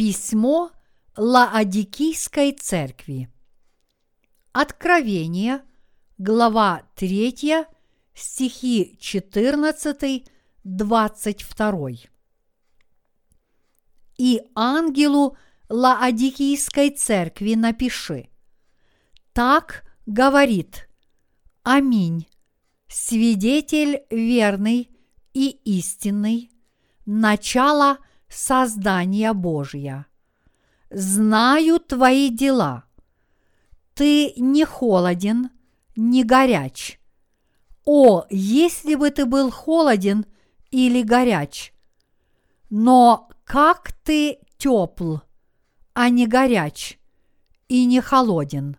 Письмо Лаодикийской церкви. Откровение, глава 3, стихи 14-22. «И ангелу Лаодикийской церкви напиши: так говорит Аминь, свидетель верный и истинный, начало создания Божия. Знаю твои дела. Ты не холоден, не горяч. О, если бы ты был холоден или горяч! Но как ты тепл, а не горяч, и не холоден,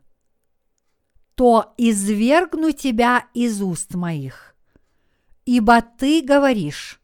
то извергну тебя из уст моих. Ибо ты говоришь: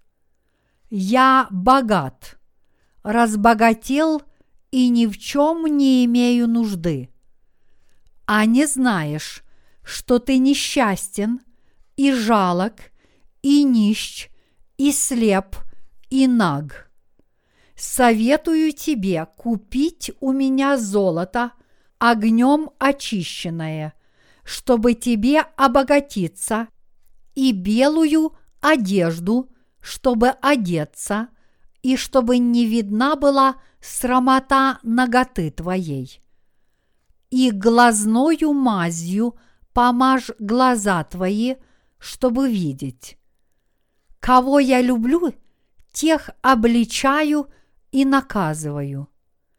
я богат, разбогател и ни в чем не имею нужды, а не знаешь, что ты несчастен и жалок, и нищ, и слеп, и наг. Советую тебе купить у меня золото, огнем очищенное, чтобы тебе обогатиться, и белую одежду, чтобы одеться, и чтобы не видна была срамота наготы твоей. И глазною мазью помажь глаза твои, чтобы видеть. Кого я люблю, тех обличаю и наказываю.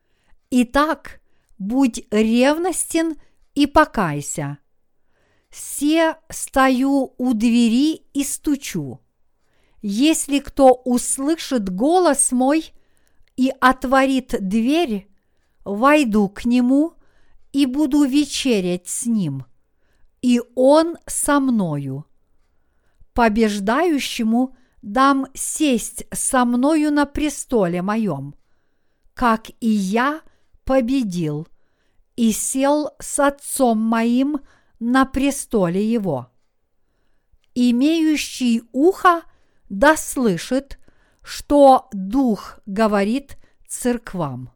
Итак, будь ревностен и покайся. Се стою у двери и стучу. Если кто услышит голос мой и отворит дверь, войду к нему и буду вечерять с ним, и он со мною. Побеждающему дам сесть со мною на престоле моем, как и я победил и сел с Отцом моим на престоле его. Имеющий ухо да слышит, что Дух говорит церквам».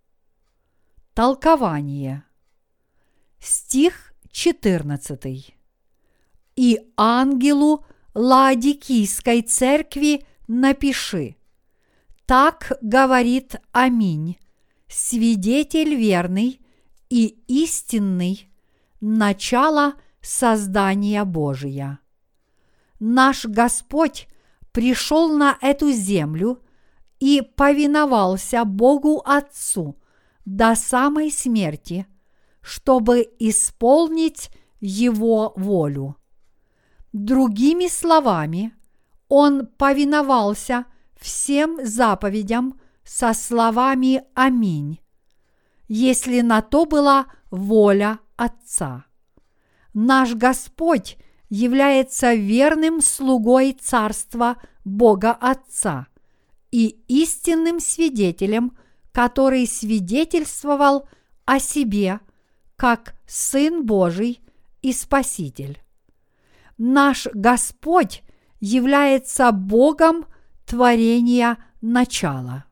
Толкование. Стих 14. «И ангелу Лаодикийской церкви напиши: так говорит Аминь, свидетель верный и истинный, начало создания Божия. Наш Господь пришел на эту землю и повиновался Богу Отцу до самой смерти, чтобы исполнить Его волю. Другими словами, Он повиновался всем заповедям со словами «Аминь», если на то была воля Отца. Наш Господь является верным слугой Царства Бога Отца и истинным свидетелем, который свидетельствовал о себе как Сын Божий и Спаситель. Наш Господь является Богом творения начала.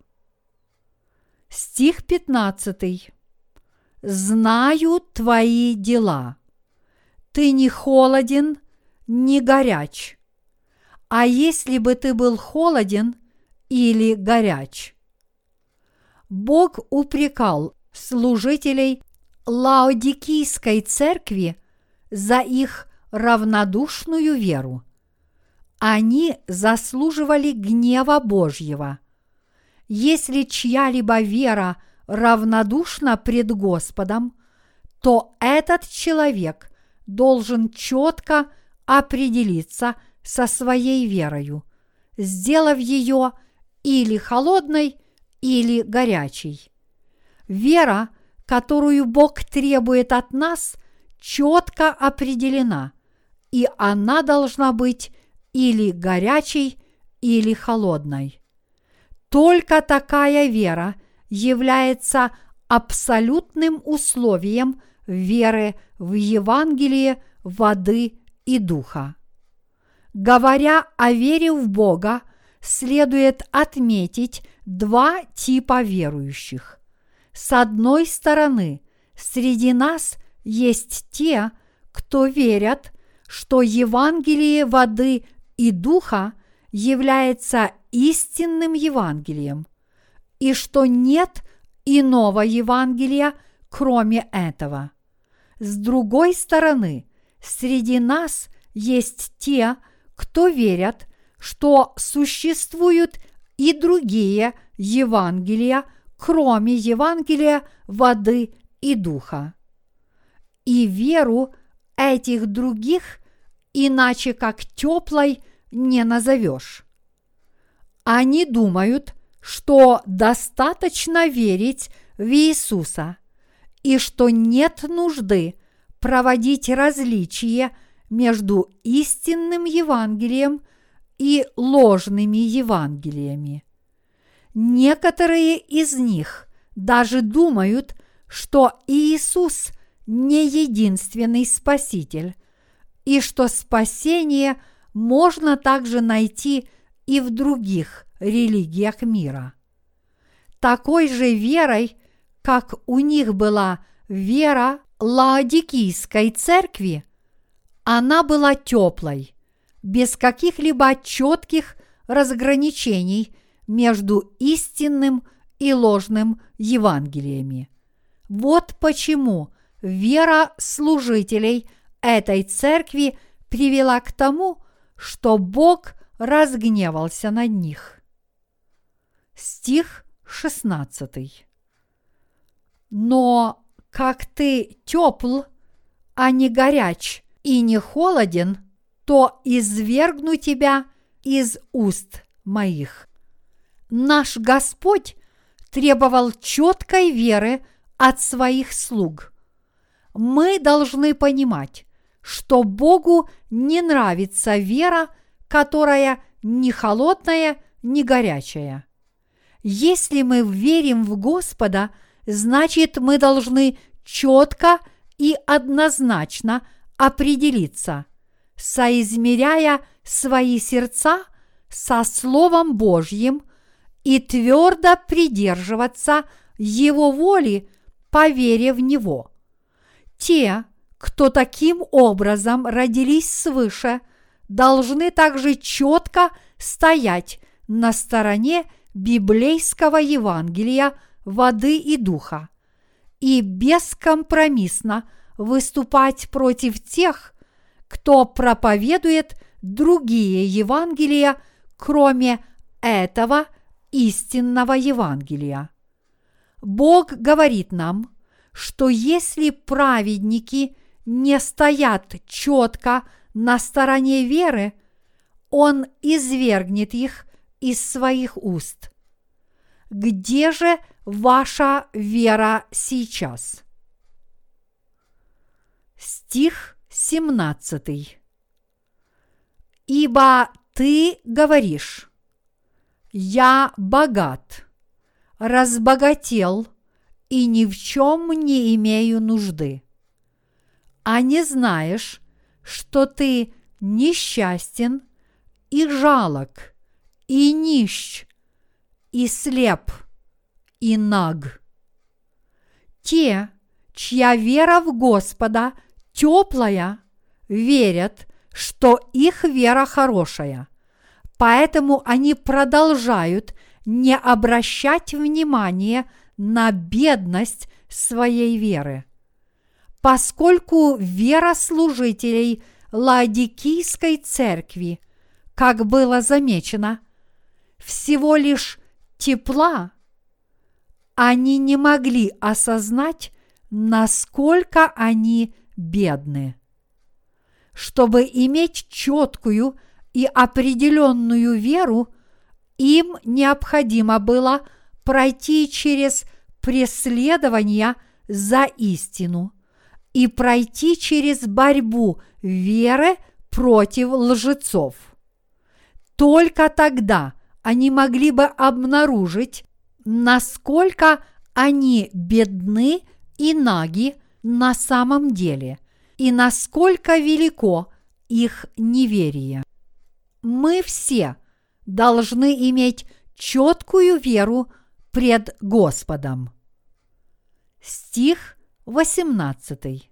Стих 15. «Знаю твои дела. Ты не холоден, не горяч. А если бы ты был холоден или горяч?» Бог упрекал служителей Лаодикийской церкви за их равнодушную веру. Они заслуживали гнева Божьего. Если чья-либо вера равнодушна пред Господом, то этот человек должен четко определиться со своей верою, сделав ее или холодной, или горячей. Вера, которую Бог требует от нас, четко определена, и она должна быть или горячей, или холодной. Только такая вера является абсолютным условием веры в Евангелие воды и духа. Говоря о вере в Бога, следует отметить два типа верующих. с одной стороны, среди нас есть те, кто верят, что Евангелие воды и духа является истинным Евангелием, и что нет иного Евангелия, кроме этого. С другой стороны, среди нас есть те, кто верят, что существуют и другие Евангелия, кроме Евангелия воды и духа. И веру этих других иначе как теплой не назовешь. Они думают, что достаточно верить в Иисуса и что нет нужды проводить различие между истинным Евангелием и ложными Евангелиями. Некоторые из них даже думают, что Иисус не единственный Спаситель, и что спасение можно также найти и в других религиях мира. Такой же верой, как у них была вера Лаодикийской церкви, она была теплой, без каких-либо четких разграничений между истинным и ложным Евангелиями. Вот почему вера служителей этой церкви привела к тому, что Бог разгневался над них. Стих 16. Но как ты тепл, а не горяч и не холоден, то извергну тебя из уст моих. Наш Господь требовал четкой веры от своих слуг. Мы должны понимать, что Богу не нравится вера, которая ни холодная, ни горячая. Если мы верим в Господа, значит, мы должны четко и однозначно определиться, соизмеряя свои сердца со Словом Божьим и твердо придерживаться Его воли по вере в Него. Те, кто таким образом родились свыше, должны также четко стоять на стороне библейского Евангелия воды и духа и бескомпромиссно выступать против тех, кто проповедует другие Евангелия, кроме этого истинного Евангелия. Бог говорит нам, что если праведники не стоят четко на стороне веры, Он извергнет их из своих уст. Где же ваша вера сейчас? Стих 17. Ибо ты говоришь: я богат, разбогател и ни в чем не имею нужды. А не знаешь, что ты несчастен и жалок, и нищ, и слеп, и наг. Те, чья вера в Господа теплая, верят, что их вера хорошая, поэтому они продолжают не обращать внимания на бедность своей веры. Поскольку вера служителей Лаодикийской церкви, как было замечено, всего лишь тепла, они не могли осознать, насколько они бедны. Чтобы иметь четкую и определенную веру, им необходимо было пройти через преследования за истину и пройти через борьбу веры против лжецов. Только тогда они могли бы обнаружить, насколько они бедны и наги на самом деле, и насколько велико их неверие. Мы все должны иметь четкую веру пред Господом. Стих 18.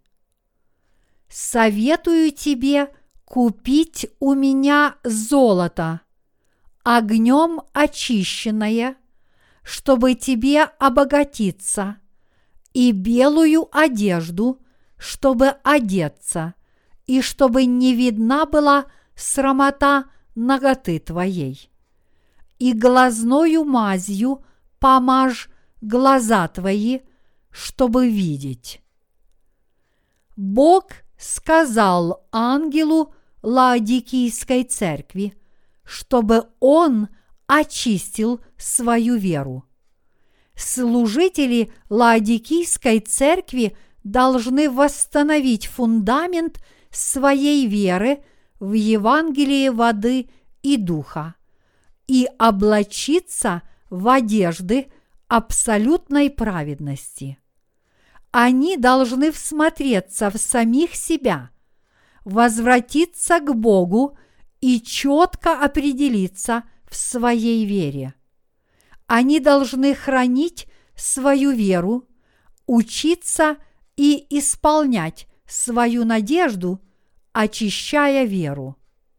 «Советую тебе купить у меня золото, огнем очищенное, чтобы тебе обогатиться, и белую одежду, чтобы одеться, и чтобы не видна была срамота наготы твоей. И глазною мазью помажь глаза твои, чтобы видеть». Бог сказал ангелу Лаодикийской церкви, чтобы он очистил свою веру. Служители Лаодикийской церкви должны восстановить фундамент своей веры в Евангелие воды и духа и облачиться в одежды абсолютной праведности. Они должны всмотреться в самих себя, возвратиться к Богу и четко определиться в своей вере. Они должны хранить свою веру, учиться и исполнять свою надежду, очищая веру.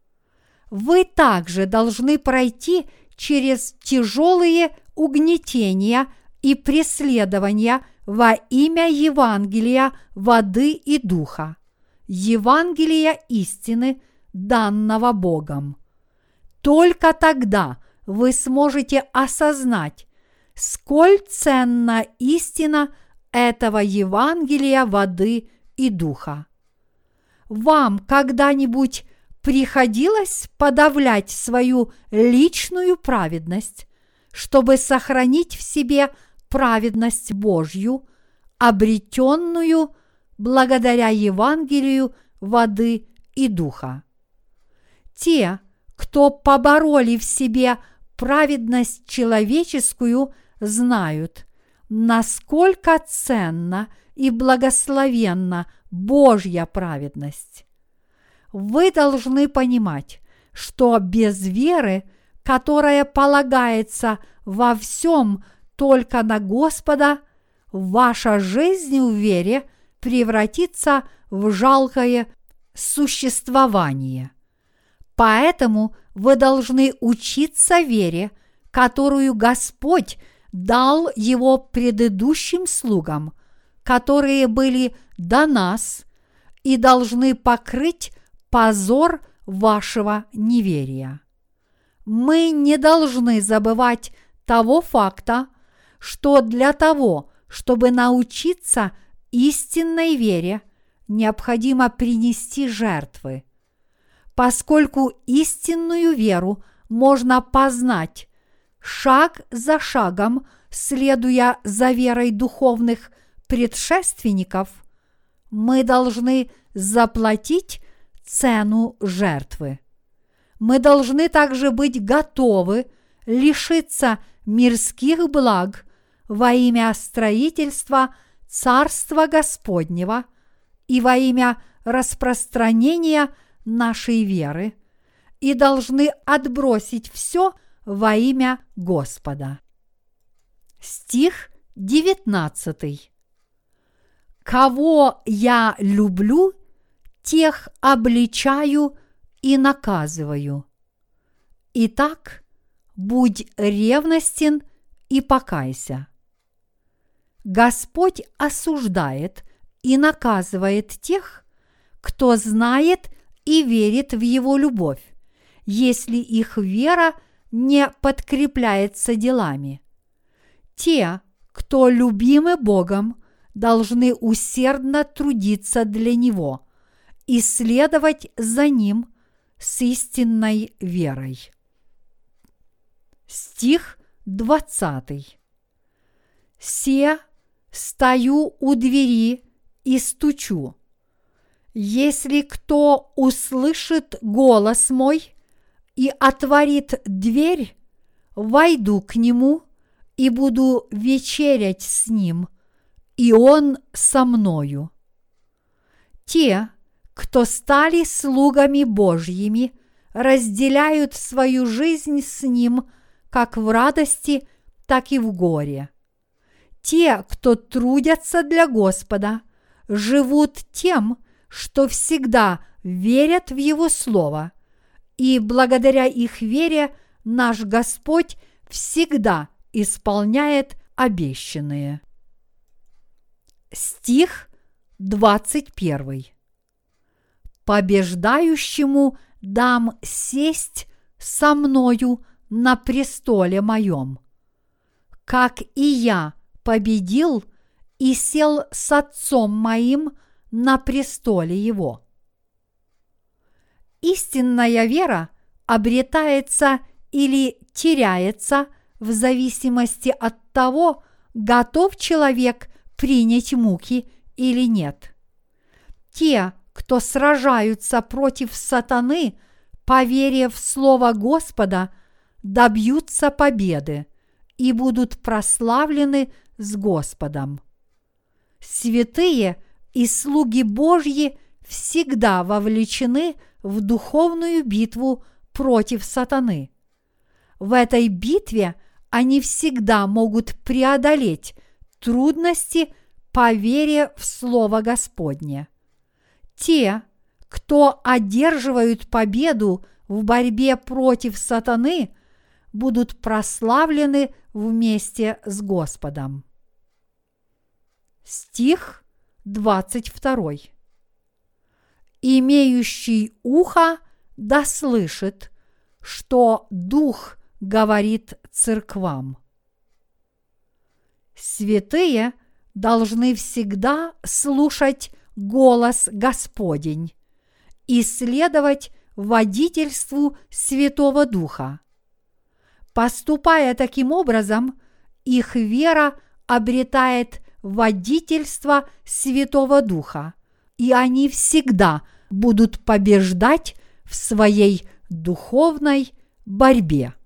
Вы также должны пройти через тяжелые угнетения и преследования во имя Евангелия воды и духа, Евангелия истины, данного Богом. Только тогда вы сможете осознать, сколь ценна истина этого Евангелия воды и духа. Вам когда-нибудь приходилось подавлять свою личную праведность, чтобы сохранить в себе праведность Божью, обретенную благодаря Евангелию воды и духа? Те, кто побороли в себе праведность человеческую, знают, насколько ценна и благословенна Божья праведность. Вы должны понимать, что без веры, которая полагается во всем только на Господа, ваша жизнь в вере превратится в жалкое существование. Поэтому вы должны учиться вере, которую Господь дал Его предыдущим слугам, которые были до нас, и должны покрыть позор вашего неверия. Мы не должны забывать того факта, что для того, чтобы научиться истинной вере, необходимо принести жертвы. Поскольку истинную веру можно познать шаг за шагом, следуя за верой духовных предшественников, мы должны заплатить цену жертвы. Мы должны также быть готовы лишиться мирских благ во имя строительства Царства Господнего и во имя распространения нашей веры, и должны отбросить все во имя Господа. Стих 19. «Кого я люблю, тех обличаю и наказываю. Итак, будь ревностен и покайся». Господь осуждает и наказывает тех, кто знает и верит в Его любовь, если их вера не подкрепляется делами. Те, кто любимы Богом, должны усердно трудиться для Него и следовать за Ним с истинной верой. Стих 20. «Се стою у двери и стучу. Если кто услышит голос мой и отворит дверь, войду к нему и буду вечерять с ним, и он со мною». Те, кто стали слугами Божьими, разделяют свою жизнь с Ним как в радости, так и в горе. Те, кто трудятся для Господа, живут тем, что всегда верят в Его Слово, и благодаря их вере наш Господь всегда исполняет обещанное. Стих 21. Побеждающему дам сесть со мною на престоле моем, как и я победил и сел с Отцом моим на престоле его. Истинная вера обретается или теряется в зависимости от того, готов человек принять муки или нет. Те, кто сражаются против сатаны, по вере в Слово Господа, добьются победы и будут прославлены с Господом. Святые и слуги Божьи всегда вовлечены в духовную битву против сатаны. В этой битве они всегда могут преодолеть трудности по вере в Слово Господне. Те, кто одерживают победу в борьбе против сатаны, будут прославлены вместе с Господом. Стих 22. Имеющий ухо да слышит, что Дух говорит церквам. Святые должны всегда слушать голос Господень и следовать водительству Святого Духа. Поступая таким образом, их вера обретает водительство Святого Духа, и они всегда будут побеждать в своей духовной борьбе.